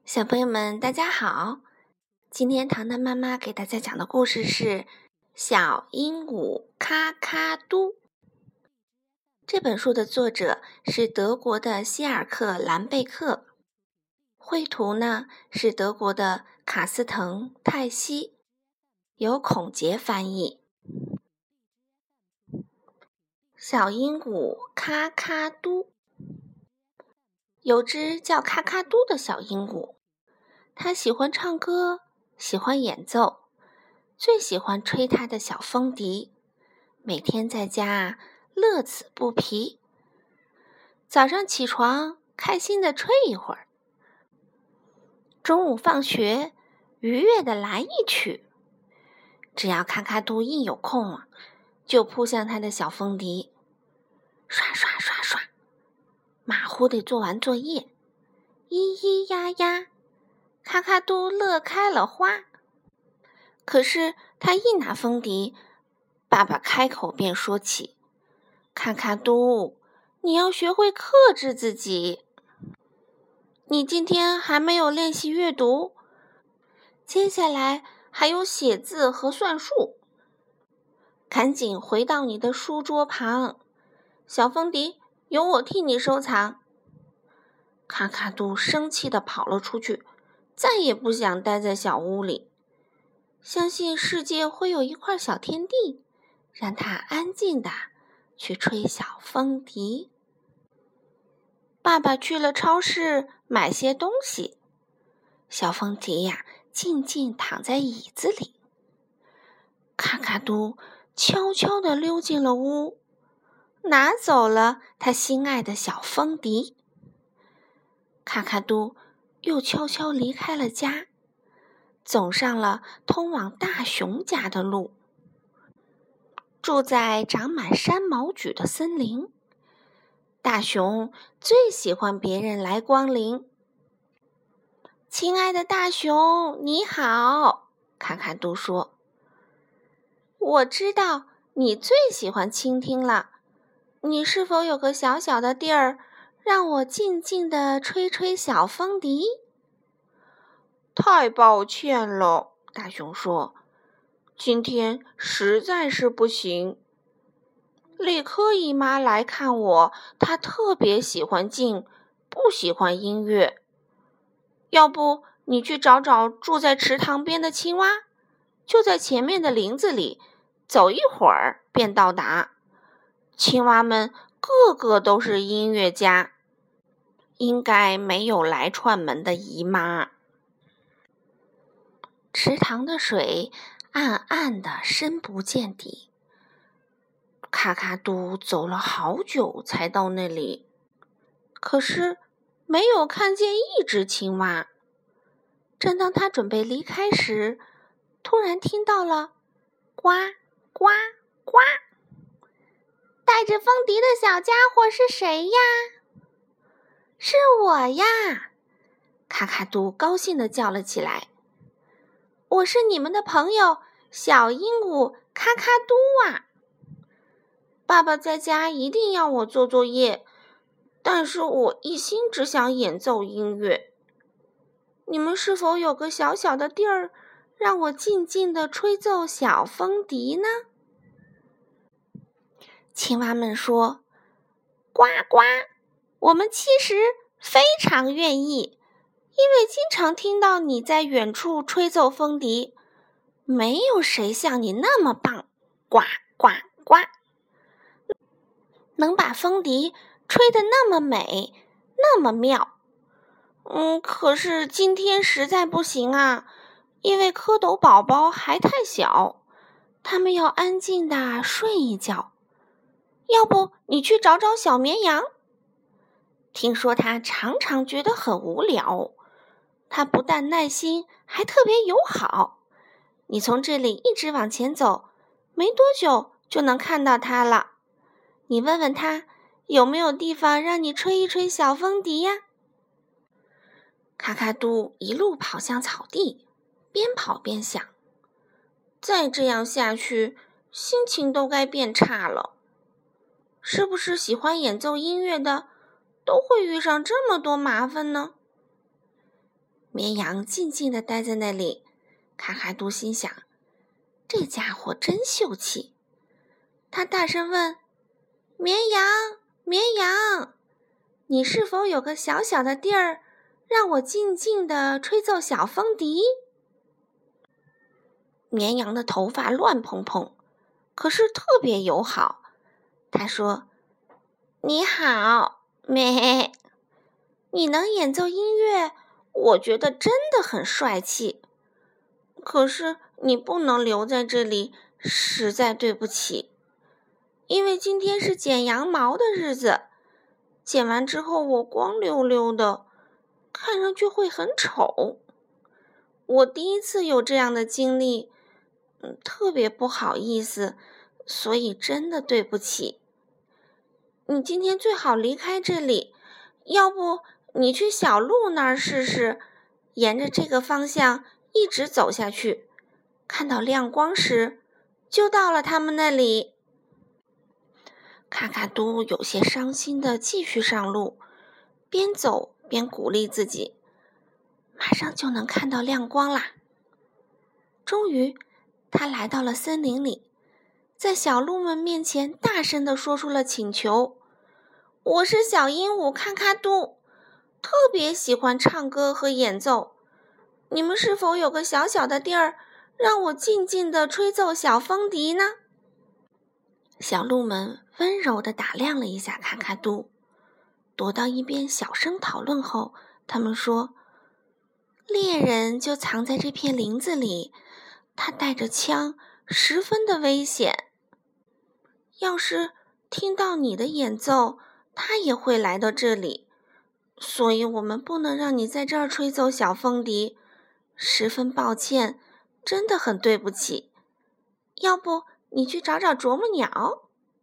小朋友们，大家好！今天糖糖妈妈给大家讲的故事是《小鹦鹉咔咔嘟》。这本书的作者是德国的希尔克·兰贝克，绘图呢是德国的卡斯滕·泰西，由孔杰翻译。小鹦鹉咔咔嘟，有只叫咔咔嘟的小鹦鹉。他喜欢唱歌，喜欢演奏，最喜欢吹他的小风笛，每天在家乐此不疲。早上起床，开心地吹一会儿；中午放学，愉悦地来一曲。只要咔咔嘟一有空就扑向他的小风笛，刷刷刷刷，马虎地做完作业，咿咿呀呀。咔咔嘟乐开了花。可是他一拿风笛，爸爸开口便说起：咔咔嘟，你要学会克制自己。你今天还没有练习阅读，接下来还有写字和算术。赶紧回到你的书桌旁，小风笛由我替你收藏。咔咔嘟生气地跑了出去，再也不想待在小屋里，相信世界会有一块小天地，让他安静地去吹小风笛。爸爸去了超市买些东西，小风笛静静躺在椅子里。咔咔嘟悄悄地溜进了屋，拿走了他心爱的小风笛。咔咔嘟又悄悄离开了家，走上了通往大熊家的路。住在长满山毛榉的森林，大熊最喜欢别人来光临。亲爱的大熊，你好，咔咔嘟说。我知道你最喜欢倾听了，你是否有个小小的地儿，让我静静地吹吹小风笛？太抱歉了，大熊说，今天实在是不行。丽科姨妈来看我，她特别喜欢静，不喜欢音乐。要不你去找找住在池塘边的青蛙，就在前面的林子里，走一会儿便到达。青蛙们个个都是音乐家，应该没有来串门的姨妈。池塘的水暗暗的，深不见底。咔咔嘟走了好久才到那里，可是没有看见一只青蛙。正当他准备离开时，突然听到了呱呱呱。带着风笛的小家伙是谁呀？是我呀！咔咔嘟高兴地叫了起来。我是你们的朋友小鹦鹉咔咔嘟啊！爸爸在家一定要我做作业，但是我一心只想演奏音乐。你们是否有个小小的地儿，让我静静地吹奏小风笛呢？青蛙们说：呱呱，我们其实非常愿意，因为经常听到你在远处吹奏风笛，没有谁像你那么棒，呱呱呱，能把风笛吹得那么美，那么妙。可是今天实在不行啊，因为蝌蚪宝宝还太小，他们要安静地睡一觉。要不你去找找小绵羊？听说它常常觉得很无聊，它不但耐心，还特别友好。你从这里一直往前走，没多久就能看到它了。你问问它，有没有地方让你吹一吹小风笛呀？咔咔嘟一路跑向草地，边跑边想，再这样下去，心情都该变差了。是不是喜欢演奏音乐的都会遇上这么多麻烦呢？ 绵羊静静地待在那里，卡卡嘟心想，这家伙真秀气。他大声问，绵羊，绵羊，你是否有个小小的地儿，让我静静地吹奏小风笛？绵羊的头发乱蓬蓬，可是特别友好。他说，你好，咩，你能演奏音乐，我觉得真的很帅气。可是你不能留在这里，实在对不起。因为今天是剪羊毛的日子，剪完之后我光溜溜的，看上去会很丑。我第一次有这样的经历，特别不好意思，所以真的对不起。你今天最好离开这里，要不你去小路那儿试试，沿着这个方向一直走下去，看到亮光时，就到了他们那里。卡卡嘟有些伤心地继续上路，边走边鼓励自己，马上就能看到亮光啦。终于，他来到了森林里，在小鹿们面前大声地说出了请求，我是小鹦鹉卡卡嘟，特别喜欢唱歌和演奏，你们是否有个小小的地儿，让我静静地吹奏小风笛呢？小鹿们温柔地打量了一下卡卡嘟，躲到一边小声讨论后，他们说，猎人就藏在这片林子里，他带着枪，十分的危险。要是听到你的演奏，他也会来到这里，所以我们不能让你在这儿吹奏小风笛，十分抱歉，真的很对不起。要不你去找找啄木鸟？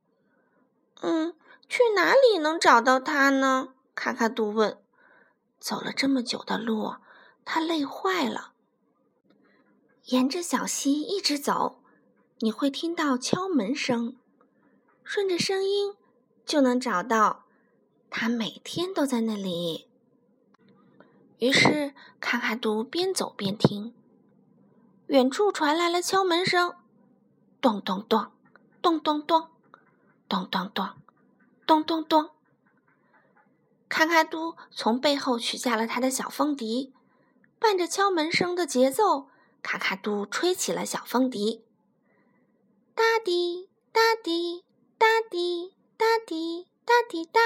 去哪里能找到它呢？卡卡嘟问。走了这么久的路，他累坏了。沿着小溪一直走，你会听到敲门声，顺着声音就能找到，他每天都在那里。于是卡卡嘟边走边听，远处传来了敲门声，咚咚咚，咚咚咚，咚咚咚，咚咚咚。卡卡嘟从背后取下了他的小风笛，伴着敲门声的节奏，卡卡嘟吹起了小风笛。哒滴哒滴哒滴哒滴哒滴哒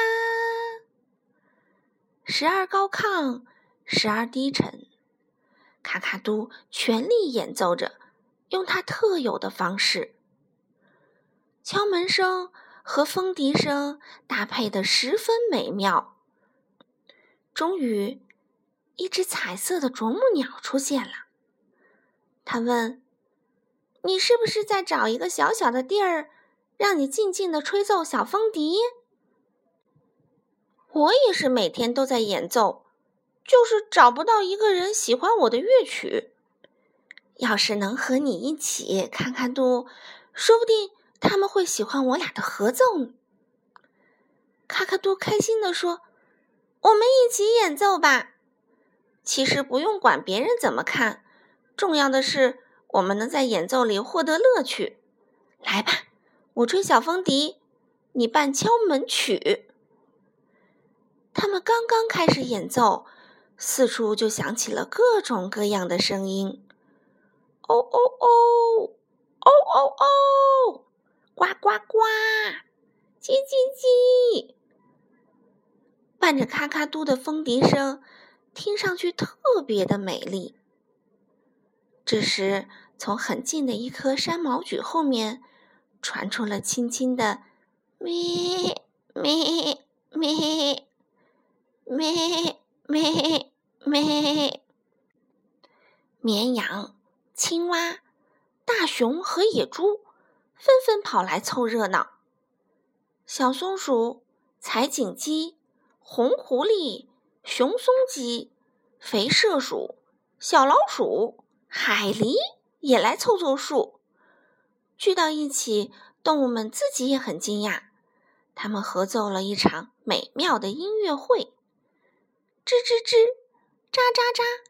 ，12高亢，12低沉，卡卡嘟全力演奏着，用他特有的方式。敲门声和风笛声搭配得十分美妙。终于，一只彩色的啄木鸟出现了。他问，你是不是在找一个小小的地儿，让你静静地吹奏小风笛？我也是每天都在演奏，就是找不到一个人喜欢我的乐曲。要是能和你一起看看嘟，说不定他们会喜欢我俩的合奏呢。卡卡嘟开心地说，我们一起演奏吧。其实不用管别人怎么看，重要的是我们能在演奏里获得乐趣。来吧，我吹小风笛，你伴敲门曲。他们刚刚开始演奏，四处就响起了各种各样的声音。哦哦哦，哦哦哦，呱呱呱，叽叽叽。伴着咔咔嘟的风笛声，听上去特别的美丽。这时，从很近的一棵山毛榉后面传出了轻轻的咩咩咩咩咩咩。绵羊、青蛙、大熊和野猪纷纷跑来凑热闹。小松鼠、彩锦鸡、红狐狸、熊松鸡、肥麝鼠、小老鼠、海狸也来凑凑数。聚到一起，动物们自己也很惊讶，他们合奏了一场美妙的音乐会。吱吱吱，喳喳喳，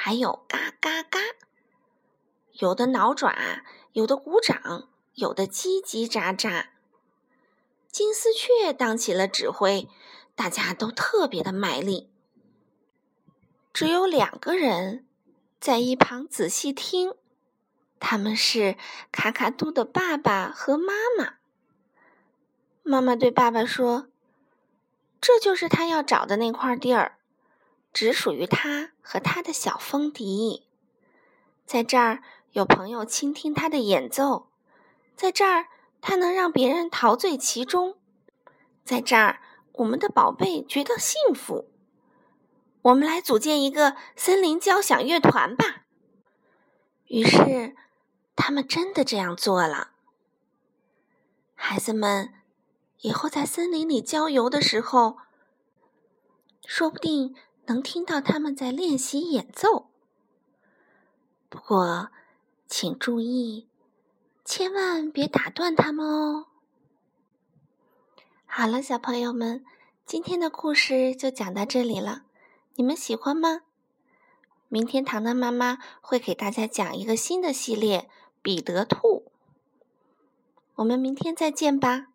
还有嘎嘎嘎。有的挠爪，有的鼓掌，有的叽叽喳喳。金丝雀当起了指挥，大家都特别的卖力。只有2个人在一旁仔细听，他们是卡卡嘟的爸爸和妈妈。妈妈对爸爸说：“这就是他要找的那块地儿，只属于他和他的小风笛。在这儿有朋友倾听他的演奏，在这儿他能让别人陶醉其中，在这儿我们的宝贝觉得幸福。我们来组建一个森林交响乐团吧。”于是他们真的这样做了。孩子们以后在森林里郊游的时候，说不定能听到他们在练习演奏。不过请注意，千万别打断他们哦。好了，小朋友们，今天的故事就讲到这里了，你们喜欢吗？明天糖糖妈妈会给大家讲一个新的系列——彼得兔。我们明天再见吧。